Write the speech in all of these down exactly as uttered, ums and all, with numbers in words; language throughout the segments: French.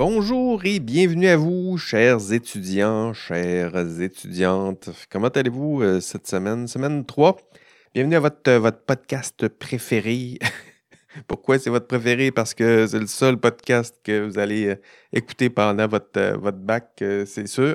Bonjour et bienvenue à vous, chers étudiants, chères étudiantes. Comment allez-vous euh, cette semaine? Semaine trois. Bienvenue à votre, euh, votre podcast préféré. Pourquoi c'est votre préféré? Parce que c'est le seul podcast que vous allez euh, écouter pendant votre, euh, votre bac, euh, c'est sûr.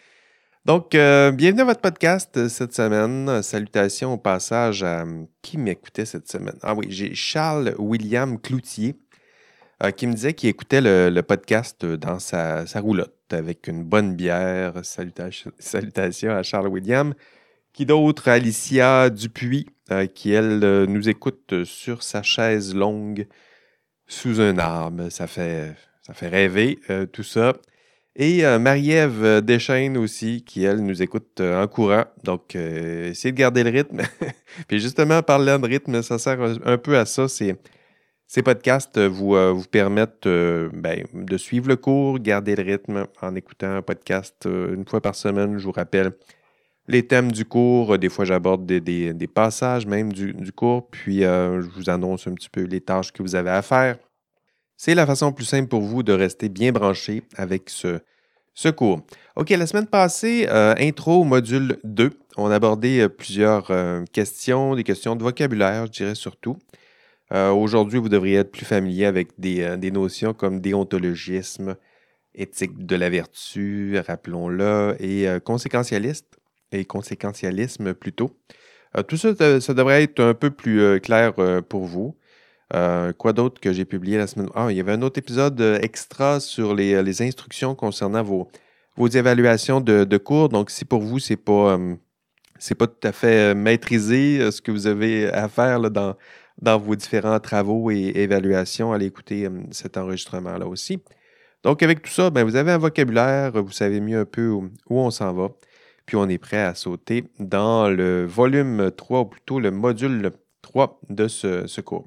Donc, euh, bienvenue à votre podcast euh, cette semaine. Salutations au passage à euh, qui m'écoutait cette semaine? Ah oui, j'ai Charles-William Cloutier. Euh, qui me disait qu'il écoutait le, le podcast euh, dans sa, sa roulotte avec une bonne bière. Salutation- salutations à Charles William. Qui d'autre? Alicia Dupuis, euh, qui, elle, euh, nous écoute sur sa chaise longue sous un arbre. Ça fait, ça fait rêver, euh, tout ça. Et euh, Marie-Ève Deschaines aussi, qui, elle, nous écoute euh, en courant. Donc, euh, essayez de garder le rythme. Puis justement, parlant de rythme, ça sert un, un peu à ça. C'est ces podcasts euh, vous, euh, vous permettent euh, ben, de suivre le cours, garder le rythme en écoutant un podcast euh, une fois par semaine. Je vous rappelle les thèmes du cours. Des fois, j'aborde des, des- des passages même du, du cours, puis euh, je vous annonce un petit peu les tâches que vous avez à faire. C'est la façon plus simple pour vous de rester bien branché avec ce, ce cours. OK, la semaine passée, euh, intro au module deux, on a abordé euh, plusieurs euh, questions, des questions de vocabulaire, je dirais surtout. Euh, aujourd'hui, vous devriez être plus familier avec des, euh, des notions comme déontologisme, éthique de la vertu, rappelons-le, et euh, conséquentialiste, et conséquentialisme plutôt. Euh, tout ça, euh, ça devrait être un peu plus euh, clair euh, pour vous. Euh, quoi d'autre que j'ai publié la semaine? Ah, il y avait un autre épisode euh, extra sur les, euh, les instructions concernant vos, vos évaluations de, de cours. Donc, si pour vous, c'est pas, euh, c'est pas tout à fait euh, maîtrisé euh, ce que vous avez à faire là, dans, dans vos différents travaux et évaluations, allez écouter euh, cet enregistrement-là aussi. Donc, avec tout ça, ben, vous avez un vocabulaire, vous savez mieux un peu où, où on s'en va, puis on est prêt à sauter dans le volume trois, ou plutôt le module trois de ce, ce cours.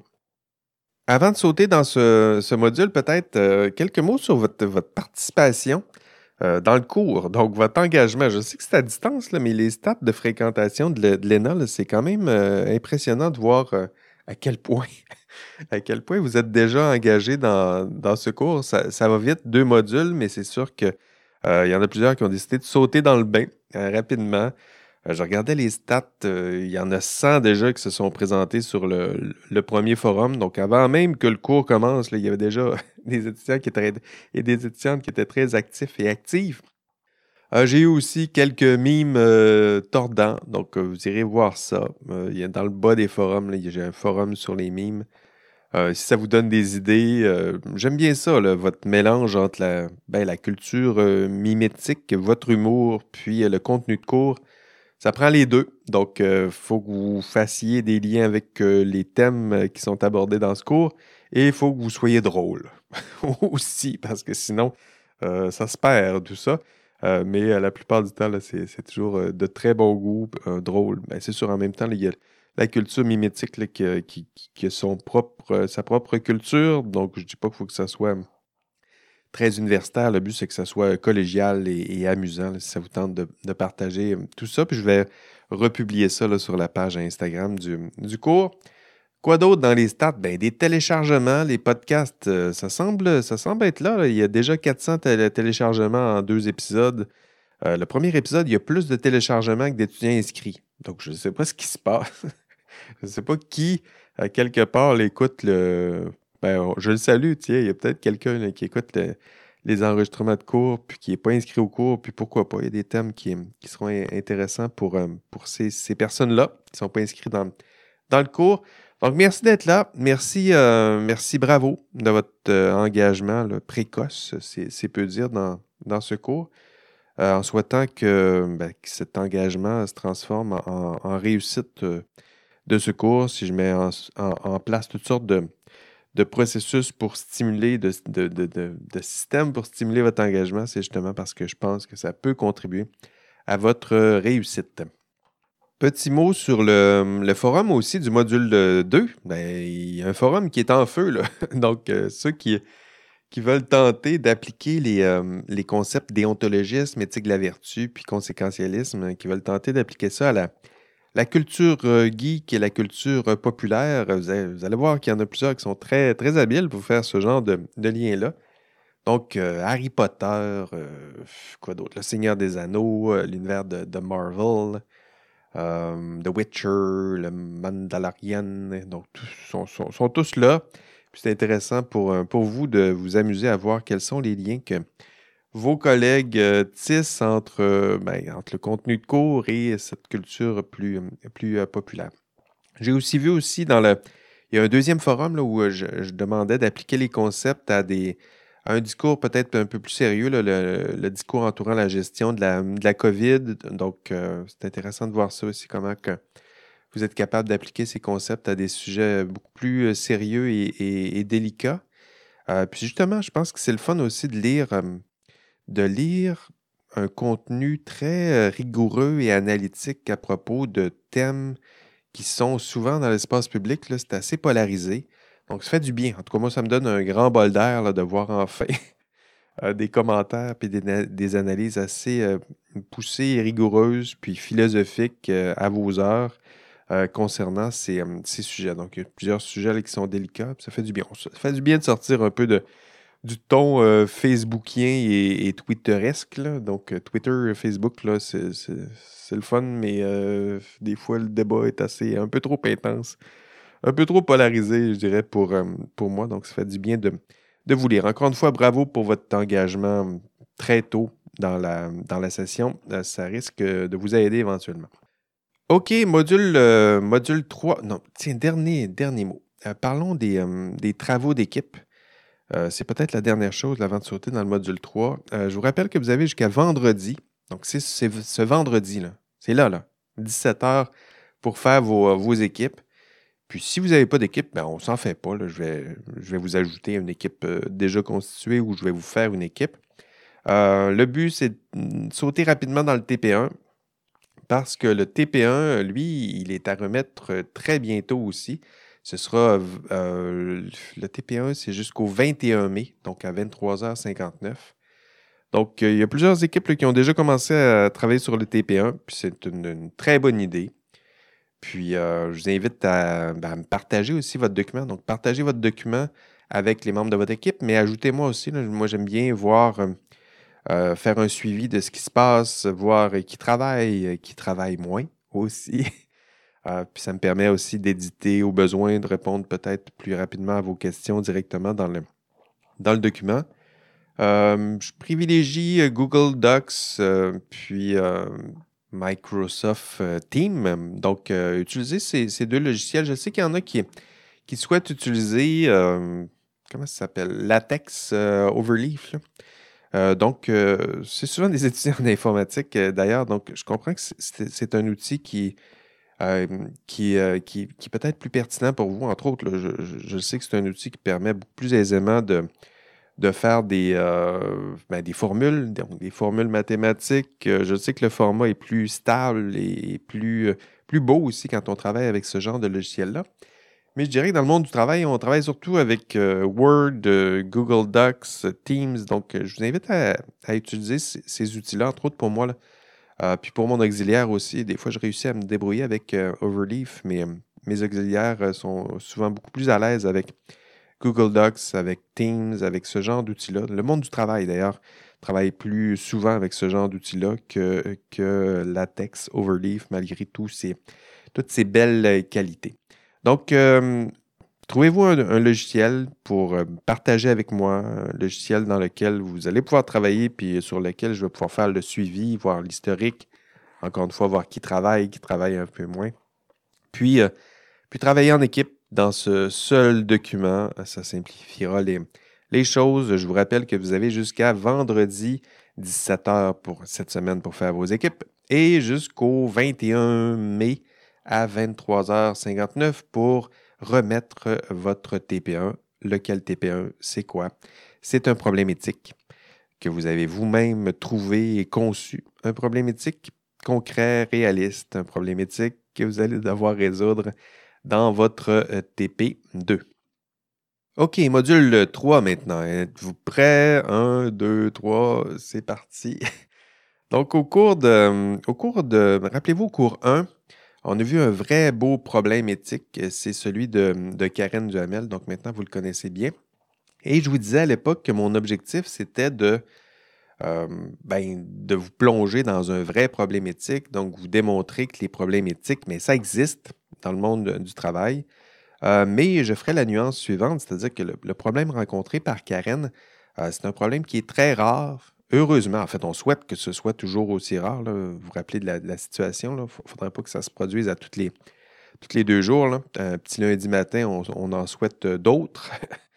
Avant de sauter dans ce, ce module, peut-être euh, quelques mots sur votre, votre participation euh, dans le cours, donc votre engagement. Je sais que c'est à distance, là, mais les stats de fréquentation de l'E- de l'E N A, là, c'est quand même euh, impressionnant de voir euh, à quel point, à quel point vous êtes déjà engagé dans, dans ce cours. Ça, ça va vite, deux modules, mais c'est sûr que euh, il y en a plusieurs qui ont décidé de sauter dans le bain euh, rapidement. Euh, je regardais les stats, euh, il y en a cent déjà qui se sont présentés sur le, le premier forum. Donc, avant même que le cours commence, là, il y avait déjà des étudiants qui étaient, et des étudiantes qui étaient très actifs et actives. Euh, j'ai eu aussi quelques mimes euh, tordants, donc euh, vous irez voir ça. Euh, il y a dans le bas des forums, là, j'ai un forum sur les mimes. Euh, si ça vous donne des idées, euh, j'aime bien ça, là, votre mélange entre la, ben, la culture euh, mimétique, votre humour, puis euh, le contenu de cours. Ça prend les deux. Donc, il faut que vous fassiez des liens avec euh, les thèmes euh, qui sont abordés dans ce cours et il faut que vous soyez drôle aussi, parce que sinon, euh, ça se perd, tout ça. Euh, mais euh, la plupart du temps, là, c'est, c'est toujours euh, de très bon goût, euh, drôle. Ben, c'est sûr, en même temps, là, il y a la culture mimétique là, qui, a- qui, qui- qui a son propre, euh, sa propre culture. Donc, je dis pas qu'il faut que ça soit très universitaire. Le but, c'est que ça soit collégial et, et amusant, là, si ça vous tente de, de partager euh, tout ça. Puis je vais republier ça là, sur la page Instagram du, du cours. Quoi d'autre dans les stats? Ben, des téléchargements, les podcasts, euh, ça semble, ça semble être là, là. Il y a déjà quatre cents télé- téléchargements en deux épisodes. Euh, le premier épisode, il y a plus de téléchargements que d'étudiants inscrits. Donc, je ne sais pas ce qui se passe. Je ne sais pas qui, à quelque part, l'écoute le. Ben, on- je le salue, tiens. Il y a peut-être quelqu'un là, qui écoute le- les enregistrements de cours, puis qui n'est pas inscrit au cours, puis pourquoi pas. Il y a des thèmes qui, qui seront in- intéressants pour, euh, pour ces, ces personnes-là qui ne sont pas inscrites dans, dans le cours. Donc, merci d'être là. Merci, euh, merci, bravo de votre euh, engagement là, précoce, c'est, c'est peu dire, dans, dans ce cours. Euh, en souhaitant que, ben, que cet engagement se transforme en, en réussite euh, de ce cours, si je mets en, en- en place toutes sortes de, de processus pour stimuler, de, de, de, de- de systèmes pour stimuler votre engagement, c'est justement parce que je pense que ça peut contribuer à votre réussite. Petit mot sur le, le forum aussi du module deux. Ben, il y a un forum qui est en feu, là. Donc, euh, ceux qui, qui veulent tenter d'appliquer les, euh, les concepts déontologisme, éthique de la vertu, puis conséquentialisme, hein, qui veulent tenter d'appliquer ça à la, la culture euh, geek et la culture euh, populaire, vous allez, vous allez voir qu'il y en a plusieurs qui sont très, très habiles pour faire ce genre de, de lien-là. Donc, euh, Harry Potter, euh, quoi d'autre? Le Seigneur des Anneaux, euh, l'univers de, de Marvel, euh, The Witcher, le Mandalorian. Donc, tous sont, sont, sont tous là. Puis c'est intéressant pour, euh, pour vous de vous amuser à voir quels sont les liens que vos collègues euh, tissent entre, euh, ben, entre le contenu de cours et cette culture plus, euh, plus euh, populaire. J'ai aussi vu aussi dans le... Il y a un deuxième forum là, où euh, je, je demandais d'appliquer les concepts à des à un discours peut-être un peu plus sérieux, là, le, le discours entourant la gestion de la, de la COVID. Donc, euh, c'est intéressant de voir ça aussi, comment que vous êtes capable d'appliquer ces concepts à des sujets beaucoup plus euh, sérieux et, et- et délicats. Euh, puis justement, je pense que c'est le fun aussi de lire, euh, de lire un contenu très euh, rigoureux et analytique à propos de thèmes qui sont souvent dans l'espace public. Là, c'est assez polarisé. Donc, ça fait du bien. En tout cas, moi, ça me donne un grand bol d'air là, de voir enfin euh, des commentaires et des, na- des analyses assez euh, poussées et rigoureuses, puis philosophiques euh, à vos heures euh, concernant ces, euh, ces sujets. Donc, il y a plusieurs sujets là, qui sont délicats, puis ça fait du bien. Ça fait du bien de sortir un peu de, du ton euh, facebookien et, et twitteresque. Là. Donc, euh, Twitter, Facebook, là, c'est, c'est, c'est le fun, mais euh, des fois, le débat est assez un peu trop intense, un peu trop polarisé, je dirais, pour, euh, pour moi. Donc, ça fait du bien de, de vous lire. Encore une fois, bravo pour votre engagement très tôt dans la, dans la session. Euh, ça risque de vous aider éventuellement. OK, module, euh, module trois. Non, tiens, dernier, dernier mot. Euh, parlons des, euh, des travaux d'équipe. Euh, c'est peut-être la dernière chose avant de sauter dans le module trois. Euh, je vous rappelle que vous avez jusqu'à vendredi. Donc, c'est, c'est ce vendredi-là. C'est là, là. dix-sept heures pour faire vos, euh, vos équipes. Puis, si vous n'avez pas d'équipe, ben, on ne s'en fait pas. Là. Je vais, je vais vous ajouter une équipe euh, déjà constituée ou je vais vous faire une équipe. Euh, le but, c'est de sauter rapidement dans le T P un parce que le T P un, lui, il est à remettre euh, très bientôt aussi. Ce sera euh, le T P un, c'est jusqu'au vingt et un mai, donc à vingt-trois heures cinquante-neuf. Donc, euh, il y a plusieurs équipes là, qui ont déjà commencé à travailler sur le T P un, puis c'est une, une très bonne idée. Puis, euh, je vous invite à, ben, à me partager aussi votre document. Donc, partagez votre document avec les membres de votre équipe, mais ajoutez-moi aussi. Là, moi, j'aime bien voir, euh, euh, faire un suivi de ce qui se passe, voir euh, qui travaille, euh, qui travaille moins aussi. Euh, puis, ça me permet aussi d'éditer au besoin, de répondre peut-être plus rapidement à vos questions directement dans le, dans le document. Euh, je privilégie euh, Google Docs, euh, puis euh, Microsoft euh, Teams. Donc, euh, utilisez ces, ces deux logiciels. Je sais qu'il y en a qui, qui souhaitent utiliser, euh, comment ça s'appelle? Latex euh, Overleaf. Là. Euh, donc, euh, c'est souvent des étudiants en informatique, euh, d'ailleurs. Donc, je comprends que c'est, c'est- c'est un outil qui, euh, qui, euh, qui, qui peut être plus pertinent pour vous. Entre autres, là, je, je- je sais que c'est un outil qui permet beaucoup plus aisément de de faire des, euh, ben, des formules, donc des formules mathématiques. Euh, je sais que le format est plus stable et plus, euh, plus beau aussi quand on travaille avec ce genre de logiciel-là. Mais je dirais que dans le monde du travail, on travaille surtout avec euh, Word, euh, Google Docs, euh, Teams. Donc, euh, je vous invite à, à utiliser ces, ces outils-là, entre autres pour moi. Là. Euh, puis pour mon auxiliaire aussi, des fois, je réussis à me débrouiller avec euh, Overleaf, mais euh, mes auxiliaires euh, sont souvent beaucoup plus à l'aise avec Google Docs, avec Teams, avec ce genre d'outils-là. Le monde du travail, d'ailleurs, travaille plus souvent avec ce genre d'outils-là que, que Latex, Overleaf, malgré tous ces, toutes ces belles euh, qualités. Donc, euh, trouvez-vous un, un logiciel pour euh, partager avec moi, un logiciel dans lequel vous allez pouvoir travailler, puis sur lequel je vais pouvoir faire le suivi, voir l'historique, encore une fois, voir qui travaille, qui travaille un peu moins. Puis, euh, puis travailler en équipe dans ce seul document, ça simplifiera les, les choses. Je vous rappelle que vous avez jusqu'à vendredi dix-sept heures pour cette semaine pour faire vos équipes et jusqu'au vingt et un mai à vingt-trois heures cinquante-neuf pour remettre votre T P un. Lequel T P un, c'est quoi? C'est un problème éthique que vous avez vous-même trouvé et conçu. Un problème éthique concret, réaliste, un problème éthique que vous allez devoir résoudre dans votre euh, T P deux. OK, module trois maintenant. Êtes-vous prêts? Un, deux, trois, c'est parti. Donc, au cours de, au cours de, rappelez-vous, au cours un, on a vu un vrai beau problème éthique. C'est celui de, de Karen Duhamel. Donc, maintenant, vous le connaissez bien. Et je vous disais à l'époque que mon objectif, c'était de, euh, ben, de vous plonger dans un vrai problème éthique, donc vous démontrer que les problèmes éthiques, mais ça existe dans le monde du travail. Euh, mais je ferai la nuance suivante, c'est-à-dire que le, le problème rencontré par Karen, euh, c'est un problème qui est très rare. Heureusement, en fait, on souhaite que ce soit toujours aussi rare. Là. Vous vous rappelez de la, de la situation, il ne faudrait pas que ça se produise à toutes les, toutes les deux jours. Là. Un petit lundi matin, on, on en souhaite d'autres.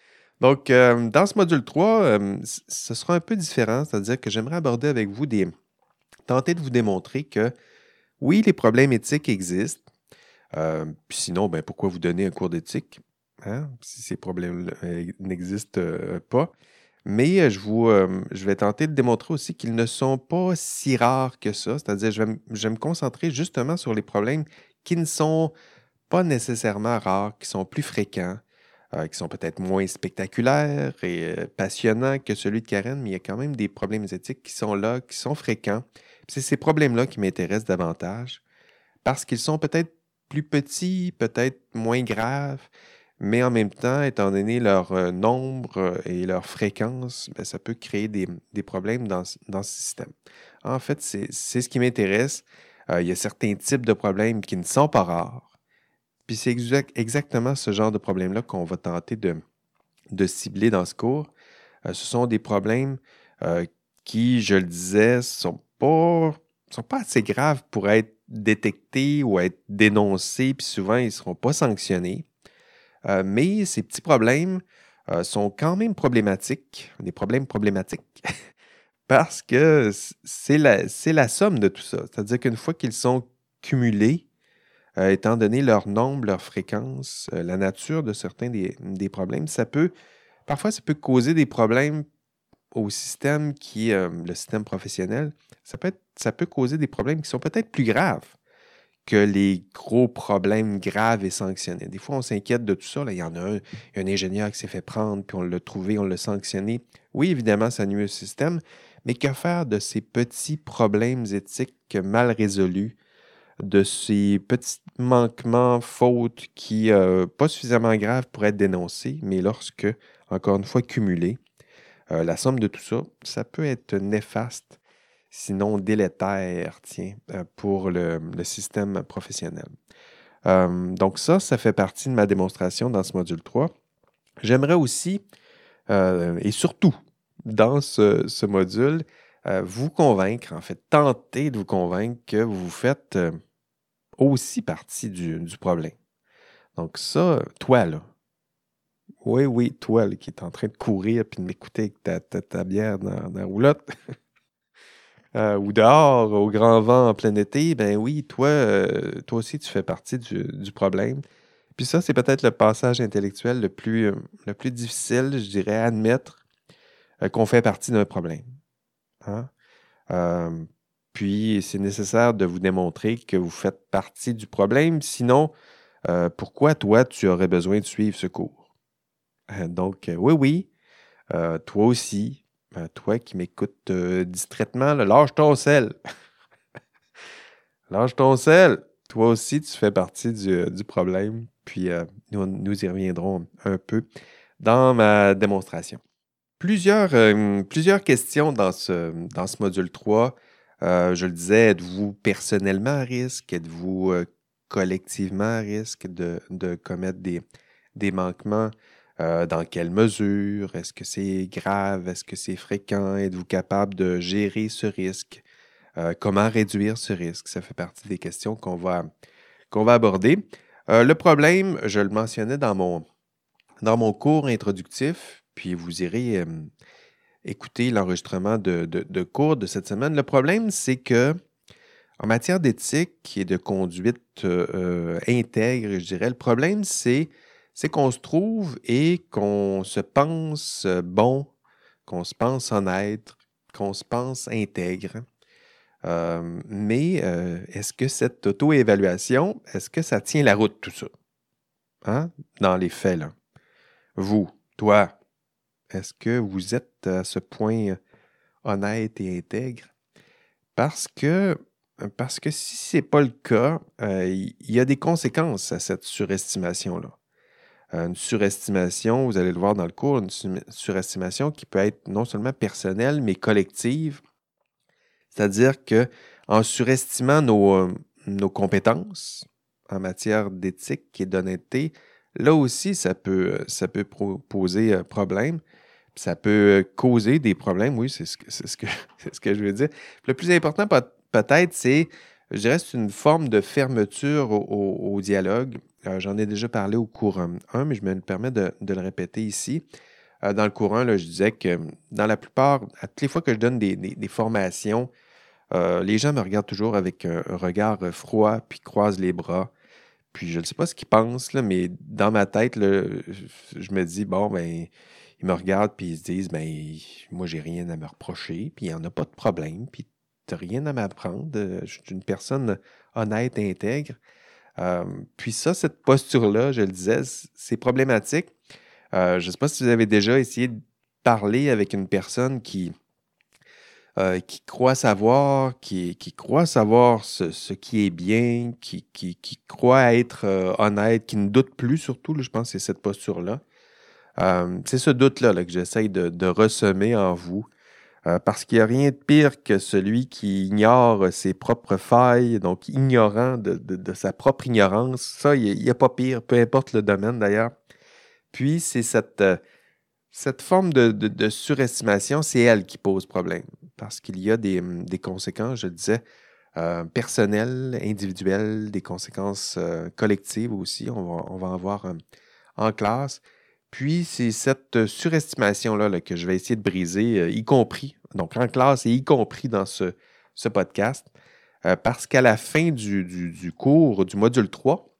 Donc, euh, dans ce module trois, euh, ce sera un peu différent, c'est-à-dire que j'aimerais aborder avec vous des... tenter de vous démontrer que oui, les problèmes éthiques existent. Euh, puis sinon, ben, pourquoi vous donner un cours d'éthique hein, si ces problèmes euh, n'existent euh, pas? Mais euh, je, vous, euh, je vais tenter de démontrer aussi qu'ils ne sont pas si rares que ça. C'est-à-dire, je vais, m- je vais me concentrer justement sur les problèmes qui ne sont pas nécessairement rares, qui sont plus fréquents, euh, qui sont peut-être moins spectaculaires et euh, passionnants que celui de Karen, mais il y a quand même des problèmes éthiques qui sont là, qui sont fréquents. Puis c'est ces problèmes-là qui m'intéressent davantage parce qu'ils sont peut-être plus petits, peut-être moins graves, mais en même temps, étant donné leur euh, nombre euh, et leur fréquence, ben, ça peut créer des, des problèmes dans, ce- dans ce système. En fait, c'est c'est ce qui m'intéresse. Euh, il y a certains types de problèmes qui ne sont pas rares. Puis c'est exact- exactement ce genre de problème-là qu'on va tenter de, de cibler dans ce cours. Euh, ce sont des problèmes euh, qui, je le disais, sont pas, sont pas assez graves pour être détectés ou être dénoncés, puis souvent, ils ne seront pas sanctionnés. Euh, mais ces petits problèmes euh, sont quand même problématiques, des problèmes problématiques, parce que c- c'est la, c'est la somme de tout ça. C'est-à-dire qu'une fois qu'ils sont cumulés, euh, étant donné leur nombre, leur fréquence, euh, la nature de certains des, des problèmes, ça peut, parfois, ça peut causer des problèmes au système qui est euh, le système professionnel. Ça peut être- ça peut causer des problèmes qui sont peut-être plus graves que les gros problèmes graves et sanctionnés. Des fois, on s'inquiète de tout ça. Là, il y en a un, il y a un ingénieur qui s'est fait prendre, puis on l'a trouvé, on l'a sanctionné. Oui, évidemment, ça nuit au système, mais que faire de ces petits problèmes éthiques mal résolus, de ces petits manquements, fautes qui, euh, pas suffisamment graves pour être dénoncés, mais lorsque, encore une fois, cumulés, euh, la somme de tout ça, ça peut être néfaste, sinon délétère, tiens, euh, pour le, le système professionnel. Euh, donc ça, ça fait partie de ma démonstration dans ce module trois. J'aimerais aussi, euh, et surtout dans ce, ce module, euh, vous convaincre, en fait, tenter de vous convaincre que vous faites euh, aussi partie du, du problème. Donc ça, toi là, oui, oui, toi là, qui es en train de courir puis de m'écouter avec ta, ta, ta bière dans, dans la roulotte, euh, ou dehors, au grand vent en plein été, ben oui, toi, euh, toi aussi, tu fais partie du, du problème. Puis ça, c'est peut-être le passage intellectuel le plus, euh, le plus difficile, je dirais, à admettre euh, qu'on fait partie d'un problème. Hein? Euh, puis, c'est nécessaire de vous démontrer que vous faites partie du problème. Sinon, euh, pourquoi toi, tu aurais besoin de suivre ce cours? Euh, donc, euh, oui, oui, euh, toi aussi, euh, toi qui m'écoutes euh, distraitement, là, lâche ton sel. Lâche ton sel. Toi aussi, tu fais partie du, du problème. Puis, euh, nous, nous y reviendrons un peu dans ma démonstration. Plusieurs, euh, plusieurs questions dans ce, dans ce module trois. Euh, je le disais, êtes-vous personnellement à risque? Êtes-vous euh, collectivement à risque de, de commettre des, des manquements? Euh, dans quelle mesure? Est-ce que c'est grave? Est-ce que c'est fréquent? Êtes-vous capable de gérer ce risque? Euh, comment réduire ce risque? Ça fait partie des questions qu'on va, qu'on va aborder. Euh, le problème, je le mentionnais dans mon, dans mon cours introductif, puis vous irez euh, écouter l'enregistrement de, de, de cours de cette semaine. Le problème, c'est que en matière d'éthique et de conduite euh, euh, intègre, je dirais, le problème, c'est, c'est qu'on se trouve et qu'on se pense euh, bon, qu'on se pense honnête, qu'on se pense intègre. Euh, mais euh, est-ce que cette auto-évaluation, est-ce que ça tient la route, tout ça? Hein? Dans les faits, là. Vous, toi, est-ce que vous êtes à ce point honnête et intègre? Parce que, parce que si ce n'est pas le cas, euh, il y a des conséquences à cette surestimation-là. Euh, une surestimation, vous allez le voir dans le cours, une su- surestimation qui peut être non seulement personnelle, mais collective. C'est-à-dire que en surestimant nos, euh, nos compétences en matière d'éthique et d'honnêteté, là aussi, ça peut, ça peut pro- poser euh, problème. Ça peut causer des problèmes, oui, c'est ce que, c'est ce que, c'est ce que je veux dire. Le plus important, peut- peut-être, c'est, je dirais, c'est une forme de fermeture au, au- au dialogue. Euh, j'en ai déjà parlé au cours un, mais je me permets de, de le répéter ici. Euh, dans le cours un, là, je disais que dans la plupart, à toutes les fois que je donne des, des- des formations, euh, les gens me regardent toujours avec un, un regard froid, puis croisent les bras. Puis je ne sais pas ce qu'ils pensent, là, mais dans ma tête, là, je je me dis, bon, ben, ils me regardent, puis ils se disent, ben, moi, j'ai rien à me reprocher, puis il n'y en a pas de problème, puis tu n'as rien à m'apprendre. euh, Je suis une personne honnête, intègre. Euh, puis ça, cette posture-là, je le disais, c- c'est problématique. Euh, je ne sais pas si vous avez déjà essayé de parler avec une personne qui, euh, qui croit savoir, qui, qui croit savoir ce, ce qui est bien, qui, qui, qui croit être euh, honnête, qui ne doute plus surtout, là, je pense que c'est cette posture-là. Euh, c'est ce doute-là là, que j'essaye de, de ressemer en vous, euh, parce qu'il n'y a rien de pire que celui qui ignore ses propres failles, donc ignorant de, de- de sa propre ignorance. Ça, il n'y a, pas pire, peu importe le domaine d'ailleurs. Puis, c'est cette, euh, cette forme de, de- de surestimation, c'est elle qui pose problème, parce qu'il y a des, hum, des conséquences, je le disais, euh, personnelles, individuelles, des conséquences euh, collectives aussi, on va, on va en voir euh, en classe. Puis, c'est cette surestimation-là là, que je vais essayer de briser, euh, y compris, donc en classe et y compris dans ce, ce podcast, euh, parce qu'à la fin du, du- du cours, du module trois,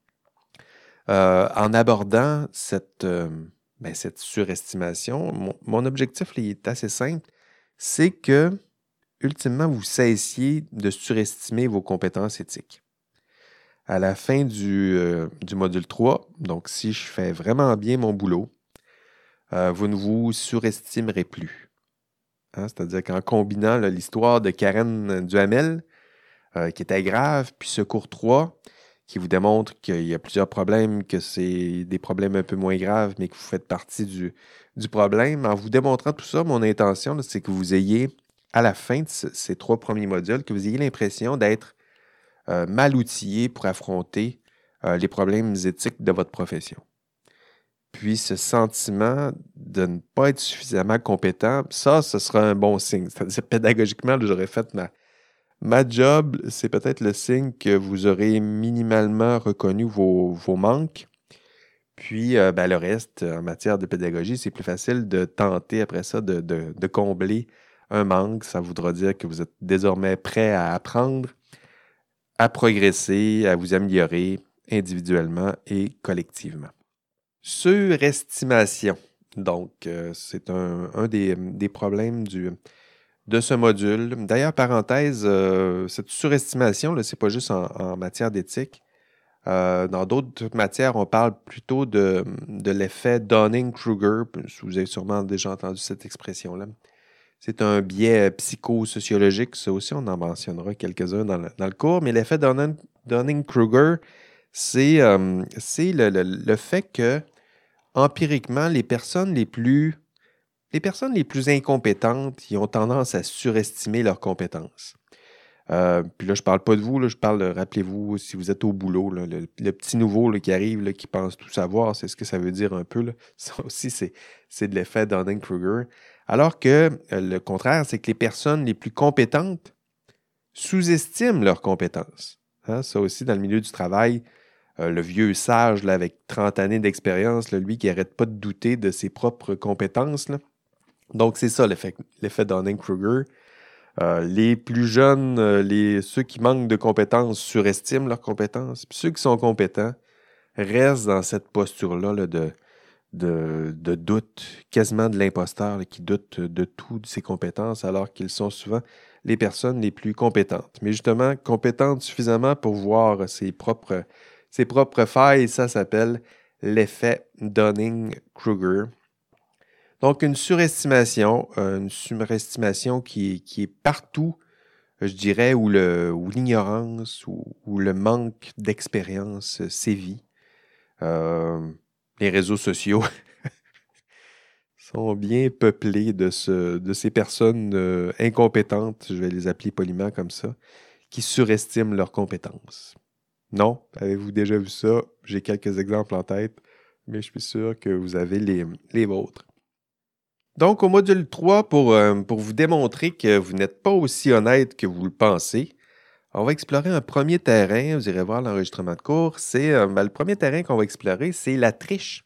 euh, en abordant cette, euh, ben, cette surestimation, mon, mon objectif là, il est assez simple, c'est que, ultimement, vous cessiez de surestimer vos compétences éthiques. À la fin du, euh, du module trois, donc si je fais vraiment bien mon boulot, euh, vous ne vous surestimerez plus. Hein? C'est-à-dire qu'en combinant là, l'histoire de Karen Duhamel, euh, qui était grave, puis Secours trois, qui vous démontre qu'il y a plusieurs problèmes, que c'est des problèmes un peu moins graves, mais que vous faites partie du, du problème. En vous démontrant tout ça, mon intention, là, c'est que vous ayez, à la fin de ce- ces trois premiers modules, que vous ayez l'impression d'être euh, mal outillé pour affronter euh, les problèmes éthiques de votre profession. Puis ce sentiment de ne pas être suffisamment compétent, ça, ce sera un bon signe. C'est-à-dire, pédagogiquement, là, j'aurais fait ma, ma job, c'est peut-être le signe que vous aurez minimalement reconnu vos, vos manques. Puis, euh, ben, le reste, en matière de pédagogie, c'est plus facile de tenter après ça de, de- de combler un manque. Ça voudra dire que vous êtes désormais prêt à apprendre, à progresser, à vous améliorer individuellement et collectivement. Surestimation. Donc, euh, c'est un, un des, des problèmes du, de ce module. D'ailleurs, parenthèse, euh, cette surestimation, ce n'est pas juste en, en matière d'éthique. Euh, dans d'autres matières, on parle plutôt de, de l'effet Dunning-Kruger. Vous avez sûrement déjà entendu cette expression-là. C'est un biais psychosociologique. Ça aussi, on en mentionnera quelques-uns dans le, dans le cours. Mais l'effet Dunning- Dunning-Kruger, c'est euh, c'est le, le- le fait que, empiriquement, les personnes les plus les personnes les plus incompétentes, ils ont tendance à surestimer leurs compétences. Euh, puis là, je parle pas de vous, là, je parle, de, rappelez-vous, si vous êtes au boulot, là, le, le petit nouveau là, qui arrive, là, qui pense tout savoir, c'est ce que ça veut dire un peu. Là. Ça aussi, c'est, c'est de l'effet Dunning-Kruger. Alors que euh, le contraire, c'est que les personnes les plus compétentes sous-estiment leurs compétences. Hein, ça aussi, dans le milieu du travail, euh, le vieux sage là, avec trente années d'expérience, là, lui qui n'arrête pas de douter de ses propres compétences, là. Donc, c'est ça l'effet, l'effet Dunning-Kruger. Euh, les plus jeunes, euh, les, ceux qui manquent de compétences surestiment leurs compétences. Puis ceux qui sont compétents restent dans cette posture-là là, de, de, de doute, quasiment de l'imposteur, là, qui doute de tout de ses compétences, alors qu'ils sont souvent les personnes les plus compétentes. Mais justement, compétentes suffisamment pour voir ses propres, ses propres failles, ça s'appelle l'effet Dunning-Kruger. Donc, une surestimation, euh, une surestimation qui, est- qui est partout, je dirais, où, le, où l'ignorance ou où le manque d'expérience euh, sévit. Euh, les réseaux sociaux sont bien peuplés de, ce, de ces personnes euh, incompétentes, je vais les appeler poliment comme ça, qui surestiment leurs compétences. Non? Avez-vous déjà vu ça? J'ai quelques exemples en tête, mais je suis sûr que vous avez les, les vôtres. Donc, au module trois, pour, euh, pour vous démontrer que vous n'êtes pas aussi honnête que vous le pensez, on va explorer un premier terrain. Vous irez voir l'enregistrement de cours. C'est, euh, ben, le premier terrain qu'on va explorer, c'est la triche.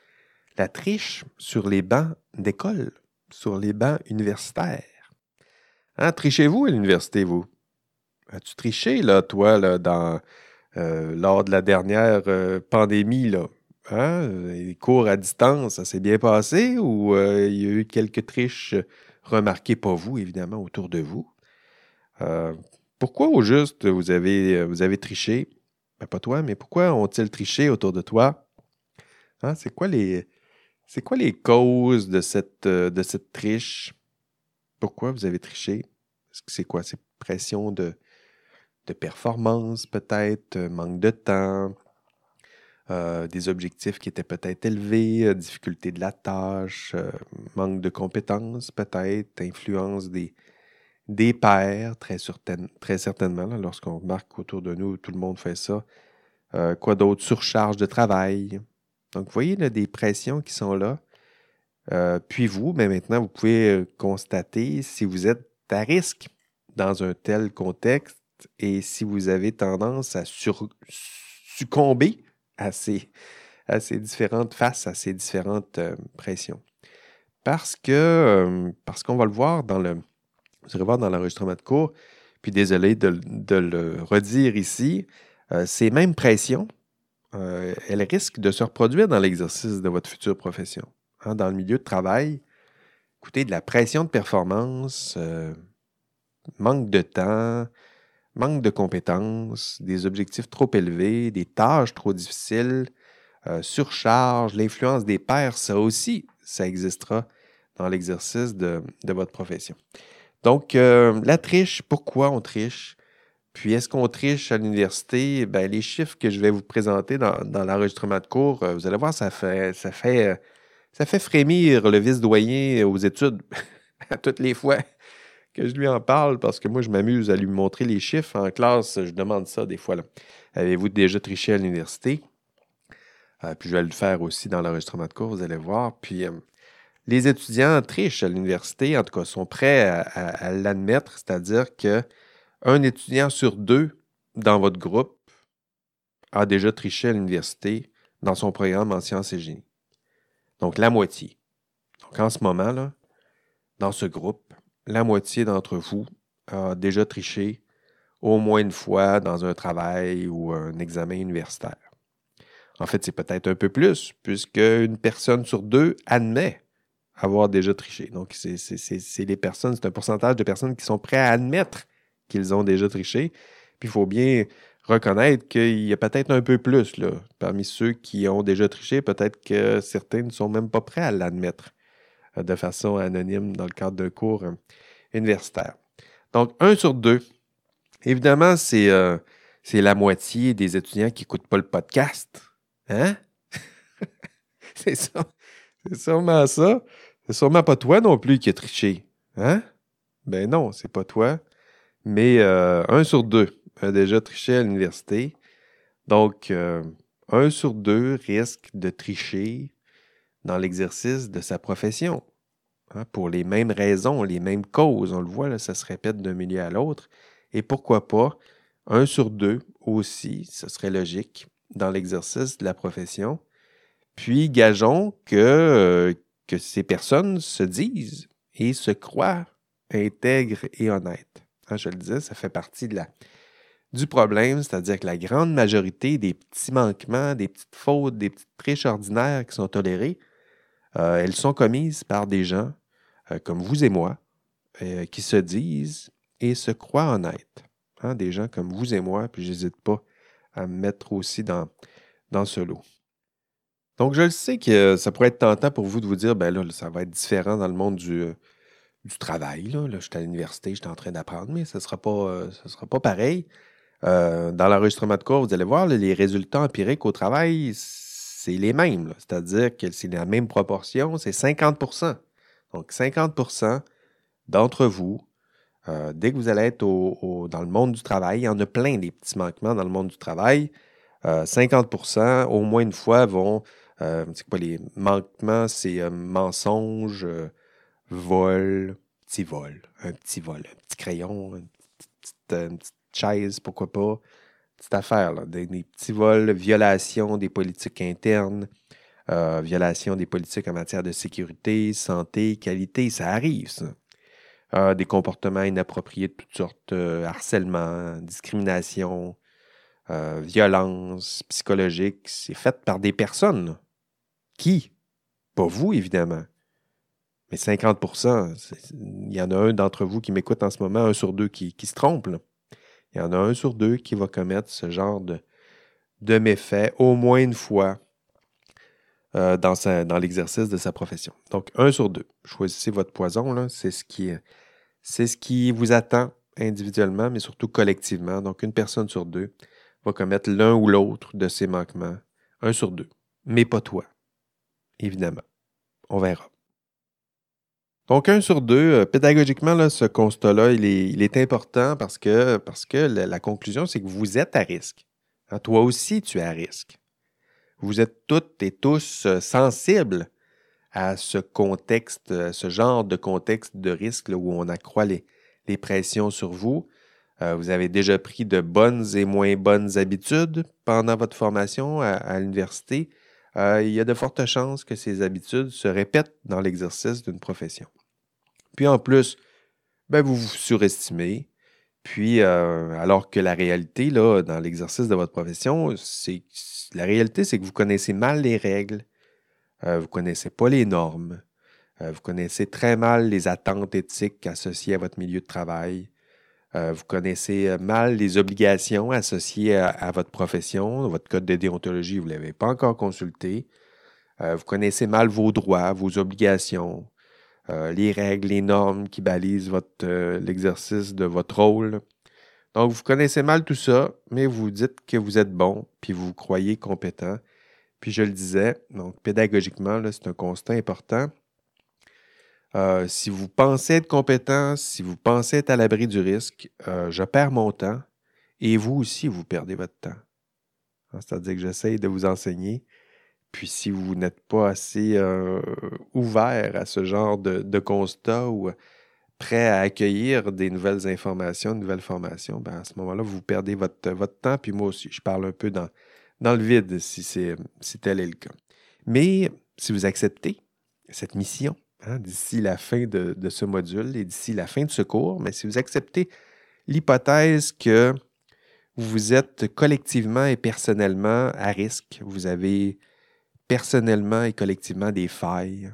La triche sur les bancs d'école, sur les bancs universitaires. Hein, trichez-vous à l'université, vous? As-tu triché, là, toi, là, dans, euh, lors de la dernière euh, pandémie, là? Hein? Les cours à distance, ça s'est bien passé ou euh, il y a eu quelques triches remarquées par vous, évidemment, autour de vous? Euh, pourquoi, au juste, vous avez, vous avez triché? Ben, pas toi, mais pourquoi ont-ils triché autour de toi? Hein? C'est quoi les, c'est quoi les causes de cette, euh, de cette triche? Pourquoi vous avez triché? Est-ce que c'est quoi? C'est pression de, de performance, peut-être, euh, manque de temps, euh, des objectifs qui étaient peut-être élevés, euh, difficulté de la tâche, euh, manque de compétences, peut-être, influence des, des pairs, très, certain- très certainement, là, lorsqu'on remarque autour de nous, tout le monde fait ça. Euh, quoi d'autre? Surcharge de travail. Donc, vous voyez, là, des pressions qui sont là. Euh, puis vous, mais maintenant, vous pouvez euh, constater si vous êtes à risque dans un tel contexte et si vous avez tendance à sur- succomber à ces, à ces différentes faces, à ces différentes euh, pressions. Parce que, euh, parce qu'on va le voir dans le, vous allez voir dans l'enregistrement de cours, puis désolé de, de le redire ici, euh, ces mêmes pressions, euh, elles risquent de se reproduire dans l'exercice de votre future profession. Hein, dans le milieu de travail, écoutez, de la pression de performance, euh, manque de temps, manque de compétences, des objectifs trop élevés, des tâches trop difficiles, euh, surcharge, l'influence des pairs, ça aussi, ça existera dans l'exercice de, de votre profession. Donc, euh, la triche, pourquoi on triche? Puis, est-ce qu'on triche à l'université? Ben, les chiffres que je vais vous présenter dans, dans l'enregistrement de cours, euh, vous allez voir, ça fait, ça fait, euh, ça fait frémir le vice-doyen aux études à toutes les fois que je lui en parle parce que moi, je m'amuse à lui montrer les chiffres en classe. Je demande ça des fois, là. Avez-vous déjà triché à l'université? Euh, puis je vais le faire aussi dans l'enregistrement de cours, vous allez voir. Puis euh, les étudiants trichent à l'université, en tout cas, sont prêts à, à- à l'admettre, c'est-à-dire qu'un étudiant sur deux dans votre groupe a déjà triché à l'université dans son programme en sciences et génie. Donc, la moitié. Donc, en ce moment, là, dans ce groupe, la moitié d'entre vous a déjà triché au moins une fois dans un travail ou un examen universitaire. En fait, c'est peut-être un peu plus, puisque une personne sur deux admet avoir déjà triché. Donc, c'est, c'est, c'est, c'est les personnes, c'est un pourcentage de personnes qui sont prêts à admettre qu'ils ont déjà triché. Puis, il faut bien reconnaître qu'il y a peut-être un peu plus, là, parmi ceux qui ont déjà triché. Peut-être que certains ne sont même pas prêts à l'admettre euh, de façon anonyme dans le cadre d'un cours euh, universitaire. Donc, un sur deux. Évidemment, c'est, euh, c'est la moitié des étudiants qui n'écoutent pas le podcast. Hein? C'est ça. C'est sûrement ça. C'est sûrement pas toi non plus qui as triché. Hein? Ben non, c'est pas toi. Mais euh, un sur deux a déjà triché à l'université. Donc, euh, un sur deux risque de tricher dans l'exercice de sa profession. Hein, pour les mêmes raisons, les mêmes causes. On le voit, là, ça se répète d'un milieu à l'autre. Et pourquoi pas, un sur deux aussi, ce serait logique, dans l'exercice de la profession. Puis, gageons que, euh, que ces personnes se disent et se croient intègres et honnêtes. Hein, je le disais, ça fait partie de la, du problème, c'est-à-dire que la grande majorité des petits manquements, des petites fautes, des petites triches ordinaires qui sont tolérées, euh, elles sont commises par des gens euh, comme vous et moi, euh, qui se disent et se croient honnêtes. Hein, des gens comme vous et moi, puis j'hésite pas à me mettre aussi dans, dans ce lot. Donc, je le sais que ça pourrait être tentant pour vous de vous dire, ben là, ça va être différent dans le monde du, euh, du travail. Là. Là, je suis à l'université, je suis en train d'apprendre, mais ça ne sera, pas, euh, ça sera pas pareil. Euh, dans l'enregistrement de cours, vous allez voir, là, les résultats empiriques au travail, c'est les mêmes. Là. C'est-à-dire que c'est la même proportion, c'est cinquante pour cent. Donc, cinquante pour cent d'entre vous, euh, dès que vous allez être au, au, dans le monde du travail, il y en a plein des petits manquements dans le monde du travail. Euh, cinquante pour cent, au moins une fois, vont... Euh, c'est quoi les manquements? C'est euh, mensonges, euh, vol, petit vol, un petit vol, un petit crayon, une petite, une petite chaise, pourquoi pas. Petite affaire, là, des, des petits vols, violation des politiques internes, euh, violation des politiques en matière de sécurité, santé, qualité, ça arrive, ça. Euh, des comportements inappropriés de toutes sortes, euh, harcèlement, discrimination, euh, violence psychologique, c'est fait par des personnes. Là. Qui? Pas vous, évidemment. Mais cinquante pour cent, il y en a un d'entre vous qui m'écoute en ce moment, un sur deux qui, qui se trompe. Là. Il y en a un sur deux qui va commettre ce genre de, de méfaits au moins une fois euh, dans, sa, dans l'exercice de sa profession. Donc, un sur deux. Choisissez votre poison, là. C'est ce qui, c'est ce qui vous attend individuellement, mais surtout collectivement. Donc, une personne sur deux va commettre l'un ou l'autre de ces manquements. Un sur deux. Mais pas toi, évidemment. On verra. Donc, un sur deux, euh, pédagogiquement, là, ce constat-là, il est, il est important parce que, parce que la, la conclusion, c'est que vous êtes à risque. Hein, toi aussi, tu es à risque. Vous êtes toutes et tous euh, sensibles à ce contexte, à ce genre de contexte de risque là, où on accroît les, les pressions sur vous. Euh, vous avez déjà pris de bonnes et moins bonnes habitudes pendant votre formation à, à l'université. Euh, il y a de fortes chances que ces habitudes se répètent dans l'exercice d'une profession. Puis en plus, ben, vous vous surestimez. Puis, euh, alors que la réalité, là, dans l'exercice de votre profession, c'est la réalité, c'est que vous connaissez mal les règles, euh, vous ne connaissez pas les normes, euh, vous connaissez très mal les attentes éthiques associées à votre milieu de travail, euh, vous connaissez mal les obligations associées à, à votre profession, votre code de déontologie, vous ne l'avez pas encore consulté, euh, vous connaissez mal vos droits, vos obligations, Euh, les règles, les normes qui balisent votre, euh, l'exercice de votre rôle. Donc, vous connaissez mal tout ça, mais vous dites que vous êtes bon, puis vous vous croyez compétent. Puis je le disais, donc pédagogiquement, là, c'est un constat important. Euh, si vous pensez être compétent, si vous pensez être à l'abri du risque, euh, je perds mon temps et vous aussi, vous perdez votre temps. Hein, c'est-à-dire que j'essaye de vous enseigner. Puis si vous n'êtes pas assez euh, ouvert à ce genre de, de constat ou prêt à accueillir des nouvelles informations, de nouvelles formations, ben à ce moment-là, vous perdez votre, votre temps, puis moi aussi. Je parle un peu dans, dans le vide si, c'est, si tel est le cas. Mais si vous acceptez cette mission, hein, d'ici la fin de, de ce module et d'ici la fin de ce cours, mais si vous acceptez l'hypothèse que vous êtes collectivement et personnellement à risque, vous avez personnellement et collectivement des failles,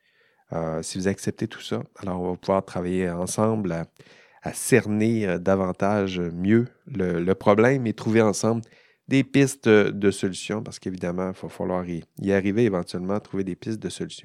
Euh, si vous acceptez tout ça, alors on va pouvoir travailler ensemble à, à cerner euh, davantage mieux le, le problème et trouver ensemble des pistes de, de solutions parce qu'évidemment, il va falloir y, y arriver éventuellement, trouver des pistes de solutions.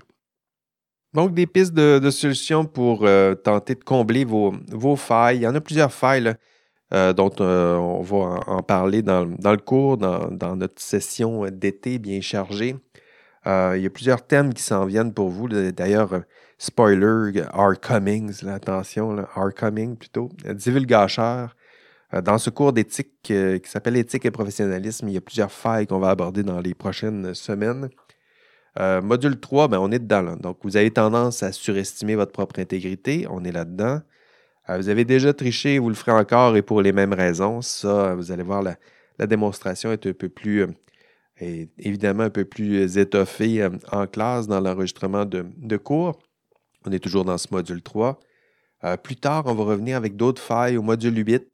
Donc, des pistes de, de solutions pour euh, tenter de combler vos, vos failles. Il y en a plusieurs failles là, euh, dont euh, on va en, en parler dans, dans le cours, dans, dans notre session d'été bien chargée. Euh, il y a plusieurs thèmes qui s'en viennent pour vous. D'ailleurs, euh, spoiler, are coming, là, attention, là, are coming plutôt. Euh, divulgateur. Euh, dans ce cours d'éthique euh, qui s'appelle Éthique et professionnalisme, il y a plusieurs failles qu'on va aborder dans les prochaines semaines. Euh, module trois, ben, on est dedans. Là. Donc, vous avez tendance à surestimer votre propre intégrité. On est là-dedans. Euh, vous avez déjà triché, vous le ferez encore et pour les mêmes raisons. Ça, vous allez voir, la, la démonstration est un peu plus... Euh, est évidemment un peu plus étoffé euh, en classe dans l'enregistrement de, de cours. On est toujours dans ce module trois. Euh, plus tard, on va revenir avec d'autres failles au module huit.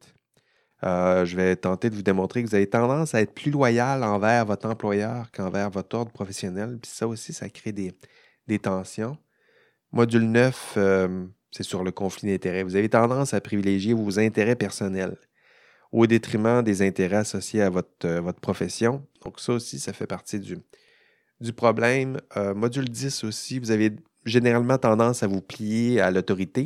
Euh, je vais tenter de vous démontrer que vous avez tendance à être plus loyal envers votre employeur qu'envers votre ordre professionnel. Puis ça aussi, ça crée des, des tensions. Module neuf, euh, c'est sur le conflit d'intérêts. Vous avez tendance à privilégier vos intérêts personnels au détriment des intérêts associés à votre, euh, votre profession. Donc ça aussi, ça fait partie du, du problème. Euh, module dix aussi, vous avez généralement tendance à vous plier à l'autorité.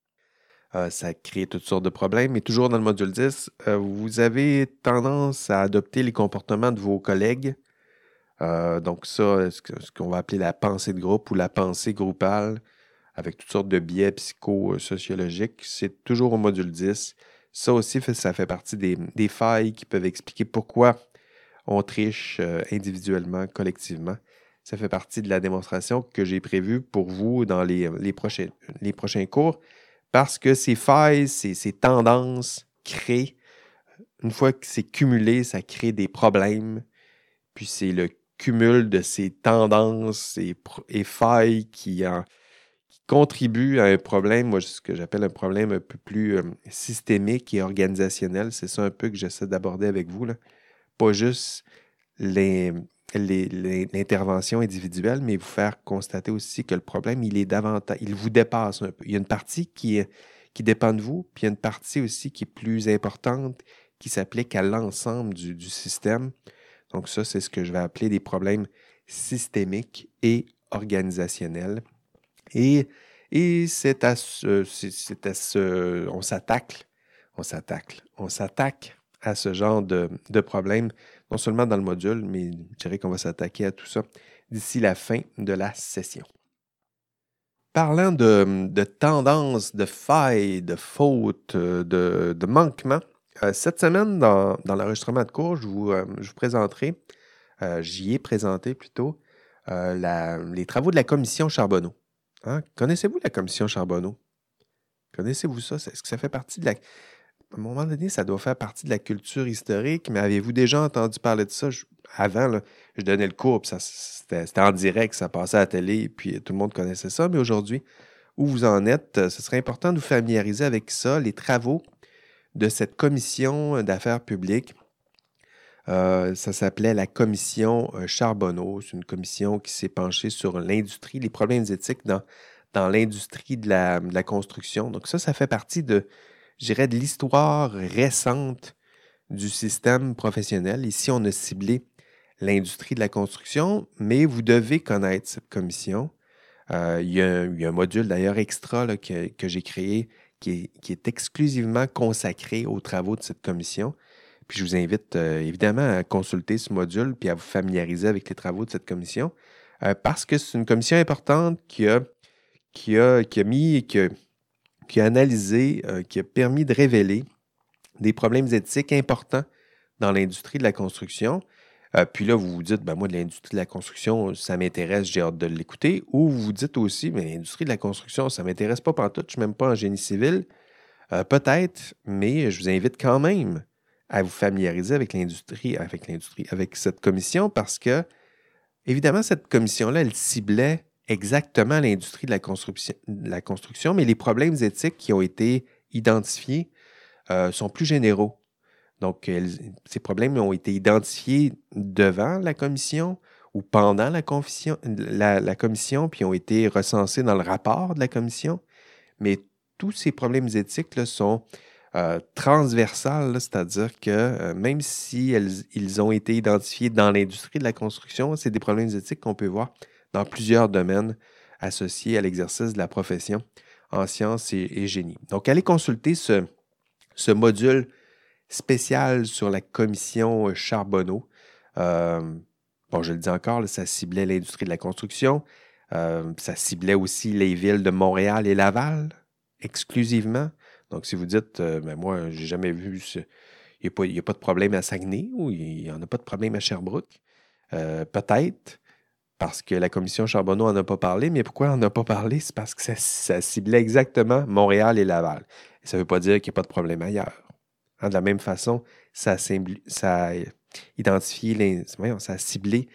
Euh, ça crée toutes sortes de problèmes. Mais toujours dans le module dix, euh, vous avez tendance à adopter les comportements de vos collègues Euh, donc ça, ce, que- ce qu'on va appeler la pensée de groupe ou la pensée groupale, avec toutes sortes de biais psychosociologiques, c'est toujours au module dix. Ça aussi, fait- ça fait partie des, des failles qui peuvent expliquer pourquoi on triche euh, individuellement, collectivement. Ça fait partie de la démonstration que j'ai prévue pour vous dans les, les prochains, les prochains cours, parce que ces failles, ces, ces tendances créent, une fois que c'est cumulé, ça crée des problèmes, puis c'est le cumul de ces tendances et, pro- et failles qui, en- qui contribuent à un problème, moi, ce que j'appelle un problème un peu plus euh, systémique et organisationnel. C'est ça un peu que j'essaie d'aborder avec vous, là. Pas juste les- les- les- l'intervention individuelle, mais vous faire constater aussi que le problème, il est davantage, il vous dépasse un peu. Il y a une partie qui, est- qui dépend de vous, puis il y a une partie aussi qui est plus importante, qui s'applique à l'ensemble du, du système. Donc ça, c'est ce que je vais appeler des problèmes systémiques et organisationnels. Et, et c'est à ce, c'est, c'est à ce, on s'attaque, on s'attaque, on s'attaque à ce genre de, de problème, non seulement dans le module, mais je dirais qu'on va s'attaquer à tout ça d'ici la fin de la session. Parlant de, de tendances, de failles, de fautes, euh, de, de manquements, euh, cette semaine, dans, dans l'enregistrement de cours, je vous, euh, je vous présenterai, euh, j'y ai présenté plutôt, euh, la- les travaux de la commission Charbonneau. Hein? Connaissez-vous la commission Charbonneau? Connaissez-vous ça? Est-ce que ça fait partie de la... À un moment donné, ça doit faire partie de la culture historique, mais avez-vous déjà entendu parler de ça? Je- Avant, là, je donnais le cours, puis ça, c'était, c'était en direct, ça passait à la télé, puis tout le monde connaissait ça. Mais aujourd'hui, où vous en êtes, euh, ce serait important de vous familiariser avec ça, les travaux de cette commission d'affaires publiques. Euh, ça s'appelait la commission euh, Charbonneau. C'est une commission qui s'est penchée sur l'industrie, les problèmes éthiques dans, dans l'industrie de la, de la construction. Donc ça, ça fait partie de, je dirais, de l'histoire récente du système professionnel. Ici, on a ciblé l'industrie de la construction, mais vous devez connaître cette commission. Euh, il y a, un- il y a un module d'ailleurs extra là, que, que j'ai créé qui est, qui est exclusivement consacré aux travaux de cette commission. Puis je vous invite euh, évidemment à consulter ce module puis à vous familiariser avec les travaux de cette commission euh, parce que c'est une commission importante qui a, qui a, qui a mis, qui a, qui a analysé, euh, qui a permis de révéler des problèmes éthiques importants dans l'industrie de la construction. Euh, puis là, vous vous dites, ben moi, de l'industrie de la construction, ça m'intéresse, j'ai hâte de l'écouter. Ou vous vous dites aussi, mais l'industrie de la construction, ça ne m'intéresse pas pantoute, je ne suis même pas en génie civil. Euh, peut-être, mais je vous invite quand même à vous familiariser avec l'industrie, avec l'industrie, avec cette commission, parce que, évidemment, cette commission-là, elle ciblait exactement l'industrie de la construction, de la construction, mais les problèmes éthiques qui ont été identifiés euh, sont plus généraux. Donc, elles- ces problèmes ont été identifiés devant la commission ou pendant la, confision- la, la commission, puis ont été recensés dans le rapport de la commission. Mais tous ces problèmes éthiques là, sont euh, transversales, là, c'est-à-dire que euh, même si elles- ils ont été identifiés dans l'industrie de la construction, c'est des problèmes éthiques qu'on peut voir dans plusieurs domaines associés à l'exercice de la profession en sciences et, et génie. Donc, allez consulter ce, ce module spécial sur la commission Charbonneau. Euh, bon, je le dis encore, là, ça ciblait l'industrie de la construction. Euh, ça ciblait aussi les villes de Montréal et Laval exclusivement. Donc, si vous dites, euh, ben moi, j'ai jamais vu, ce- il n'y a, a, pas de problème à Saguenay ou il n'y en a pas de problème à Sherbrooke, euh, peut-être parce que la commission Charbonneau n'en a pas parlé, mais pourquoi on n'a pas parlé? C'est parce que ça, ça ciblait exactement Montréal et Laval. Et ça ne veut pas dire qu'il n'y a pas de problème ailleurs. Hein, de la même façon, ça a, ciblé, ça a identifié, les, voyons, ça a ciblé,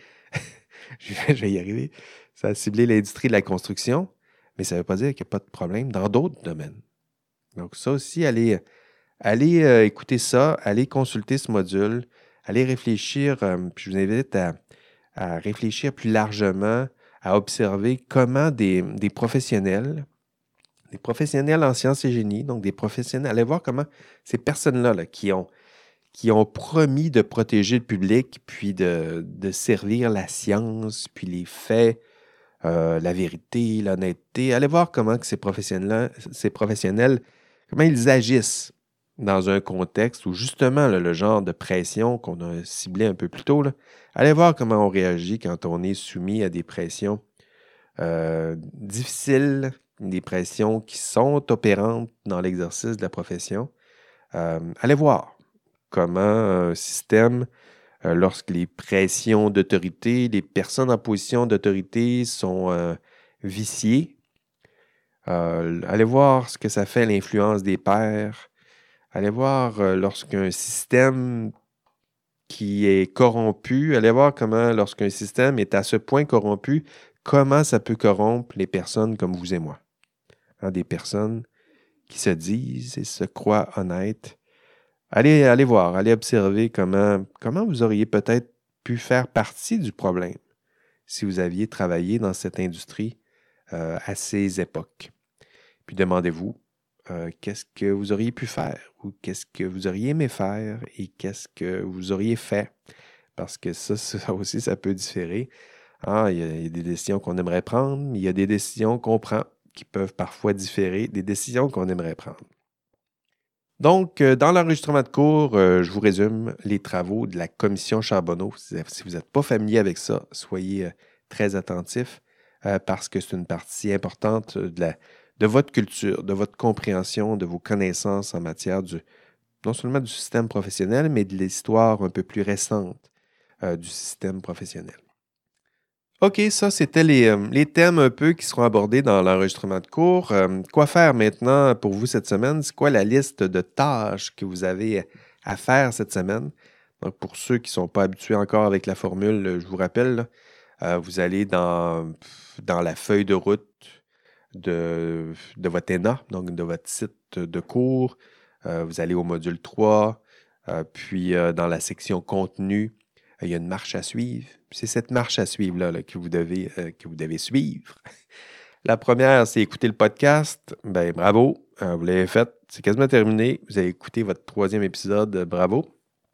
je vais, je vais y arriver, ça a ciblé l'industrie de la construction, mais ça ne veut pas dire qu'il n'y a pas de problème dans d'autres domaines. Donc ça aussi, allez, allez euh, écouter ça, allez consulter ce module, allez réfléchir, euh, puis je vous invite à, à réfléchir plus largement, à observer comment des, des professionnels, des professionnels en sciences et génie, donc des professionnels, allez voir comment ces personnes-là là, qui ont qui ont promis de protéger le public, puis de, de servir la science, puis les faits, euh, la vérité, l'honnêteté. Allez voir comment que ces professionnels, ces professionnels, comment ils agissent dans un contexte où justement là, le genre de pression qu'on a ciblé un peu plus tôt, là, allez voir comment on réagit quand on est soumis à des pressions euh, difficiles, des pressions qui sont opérantes dans l'exercice de la profession. Euh, allez voir comment un système, euh, lorsque les pressions d'autorité, les personnes en position d'autorité sont euh, viciées, euh, allez voir ce que ça fait l'influence des pairs. Allez voir euh, lorsqu'un système qui est corrompu, allez voir comment, lorsqu'un système est à ce point corrompu, comment ça peut corrompre les personnes comme vous et moi. Hein, des personnes qui se disent et se croient honnêtes. Allez, allez voir, allez observer comment, comment vous auriez peut-être pu faire partie du problème si vous aviez travaillé dans cette industrie euh, à ces époques. Puis demandez-vous, Euh, qu'est-ce que vous auriez pu faire ou qu'est-ce que vous auriez aimé faire et qu'est-ce que vous auriez fait. Parce que ça, ça aussi, ça peut différer. Ah, il y a, il y a des décisions qu'on aimerait prendre, il y a des décisions qu'on prend qui peuvent parfois différer des décisions qu'on aimerait prendre. Donc, euh, dans l'enregistrement de cours, euh, je vous résume les travaux de la commission Charbonneau. Si vous n'êtes pas familier avec ça, soyez euh, très attentifs euh, parce que c'est une partie importante de la de votre culture, de votre compréhension, de vos connaissances en matière du, non seulement du système professionnel, mais de l'histoire un peu plus récente euh, du système professionnel. OK, ça, c'était les, euh, les thèmes un peu qui seront abordés dans l'enregistrement de cours. Euh, quoi faire maintenant pour vous cette semaine? C'est quoi la liste de tâches que vous avez à faire cette semaine? Donc, pour ceux qui ne sont pas habitués encore avec la formule, je vous rappelle, là, euh, vous allez dans, dans la feuille de route de, de votre E N A, donc de votre site de cours. Euh, vous allez au module trois, euh, puis euh, dans la section contenu, euh, il y a une marche à suivre. C'est cette marche à suivre-là là, que, vous devez, euh, que vous devez suivre. La première, c'est écouter le podcast. Ben bravo, euh, vous l'avez fait. C'est quasiment terminé. Vous avez écouté votre troisième épisode. Euh, bravo.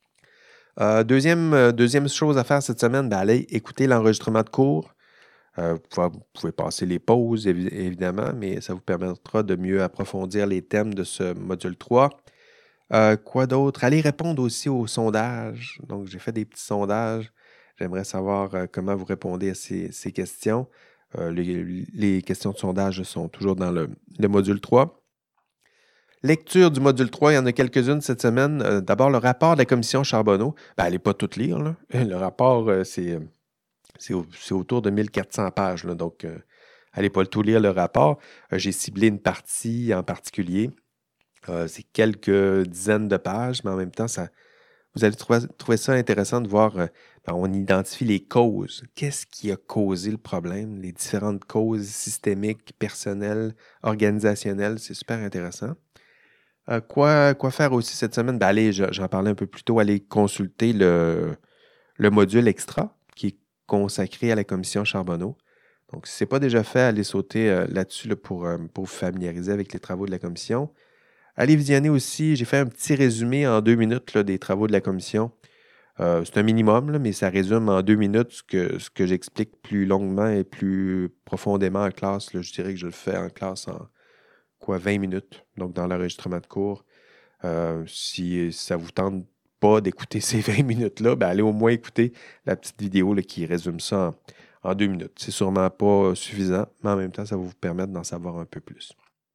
Euh, deuxième, euh, deuxième chose à faire cette semaine, ben, allez écouter l'enregistrement de cours. Euh, vous, pouvez, vous pouvez passer les pauses, évi- évidemment, mais ça vous permettra de mieux approfondir les thèmes de ce module trois. Euh, quoi d'autre? Allez répondre aussi aux sondages. Donc, j'ai fait des petits sondages. J'aimerais savoir euh, comment vous répondez à ces, ces questions. Euh, les, les questions de sondage sont toujours dans le, le module trois. Lecture du module trois, il y en a quelques-unes cette semaine. Euh, d'abord, le rapport de la commission Charbonneau. Ben, allez pas tout lire, là. Le rapport, euh, c'est... C'est, au, c'est autour de mille quatre cents pages, là, donc euh, allez pas tout lire le rapport. Euh, j'ai ciblé une partie en particulier. Euh, c'est quelques dizaines de pages, mais en même temps, ça, vous allez trouver, trouver ça intéressant de voir, euh, ben, on identifie les causes. Qu'est-ce qui a causé le problème? Les différentes causes systémiques, personnelles, organisationnelles, c'est super intéressant. Euh, quoi, quoi faire aussi cette semaine? Ben, allez, j'en parlais un peu plus tôt, allez consulter le, le module extra qui est consacré à la commission Charbonneau. Donc, si ce n'est pas déjà fait, allez sauter euh, là-dessus là, pour, euh, pour vous familiariser avec les travaux de la commission. Allez visionner aussi, j'ai fait un petit résumé en deux minutes là, des travaux de la commission. Euh, c'est un minimum, là, mais ça résume en deux minutes ce que, ce que j'explique plus longuement et plus profondément en classe. Là. Je dirais que je le fais en classe en quoi, vingt minutes, donc dans l'enregistrement de cours. Euh, si ça vous tente pas d'écouter ces vingt minutes-là, ben allez au moins écouter la petite vidéo là, qui résume ça en, en deux minutes. C'est sûrement pas suffisant, mais en même temps, ça va vous permettre d'en savoir un peu plus.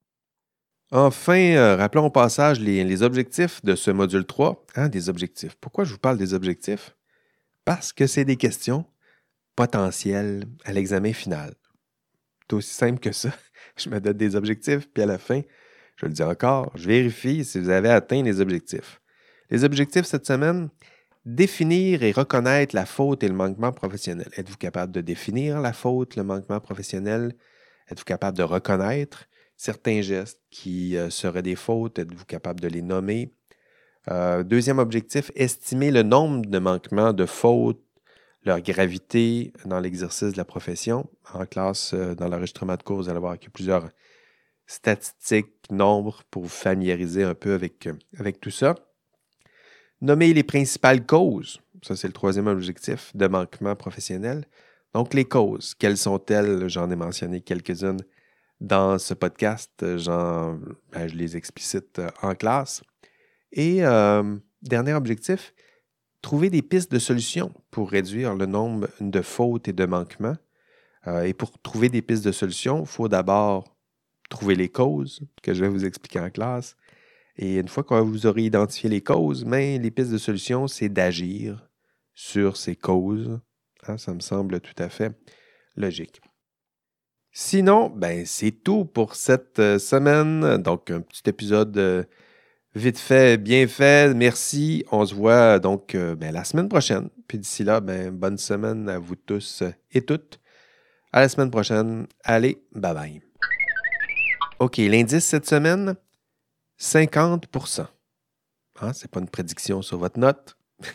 Enfin, euh, rappelons au passage les, les objectifs de ce module trois. Hein, des objectifs. Pourquoi je vous parle des objectifs? Parce que c'est des questions potentielles à l'examen final. C'est aussi simple que ça. Je me donne des objectifs, puis à la fin, je le dis encore, je vérifie si vous avez atteint les objectifs. Les objectifs cette semaine, définir et reconnaître la faute et le manquement professionnel. Êtes-vous capable de définir la faute, le manquement professionnel? Êtes-vous capable de reconnaître certains gestes qui euh, seraient des fautes? Êtes-vous capable de les nommer? Euh, deuxième objectif, estimer le nombre de manquements, de fautes, leur gravité dans l'exercice de la profession. En classe, euh, dans l'enregistrement de cours, vous allez voir qu'il y a plusieurs statistiques, nombres pour vous familiariser un peu avec, euh, avec tout ça. Nommer les principales causes. Ça, c'est le troisième objectif de manquement professionnel. Donc, les causes, quelles sont-elles? J'en ai mentionné quelques-unes dans ce podcast. J'en, ben, je les explicite en classe. Et euh, dernier objectif, trouver des pistes de solutions pour réduire le nombre de fautes et de manquements. Euh, et pour trouver des pistes de solutions, il faut d'abord trouver les causes que je vais vous expliquer en classe. Et une fois que vous aurez identifié les causes, ben, les pistes de solutions, c'est d'agir sur ces causes. Hein, ça me semble tout à fait logique. Sinon, ben, c'est tout pour cette euh, semaine. Donc, un petit épisode euh, vite fait, bien fait. Merci. On se voit donc euh, ben, la semaine prochaine. Puis d'ici là, ben, bonne semaine à vous tous et toutes. À la semaine prochaine. Allez, bye bye. OK, l'indice cette semaine, cinquante pour cent. Hein, ce n'est pas une prédiction sur votre note.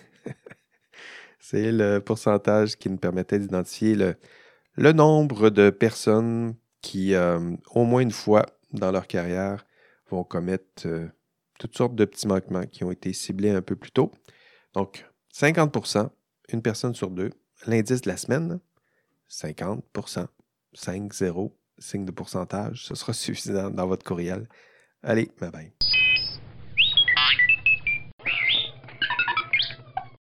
C'est le pourcentage qui nous permettait d'identifier le, le nombre de personnes qui, euh, au moins une fois dans leur carrière, vont commettre euh, toutes sortes de petits manquements qui ont été ciblés un peu plus tôt. Donc, cinquante pour cent, une personne sur deux. L'indice de la semaine, cinquante pour cent. cinq, zéro, signe de pourcentage. Ce sera suffisant dans votre courriel. Allez, bye bye.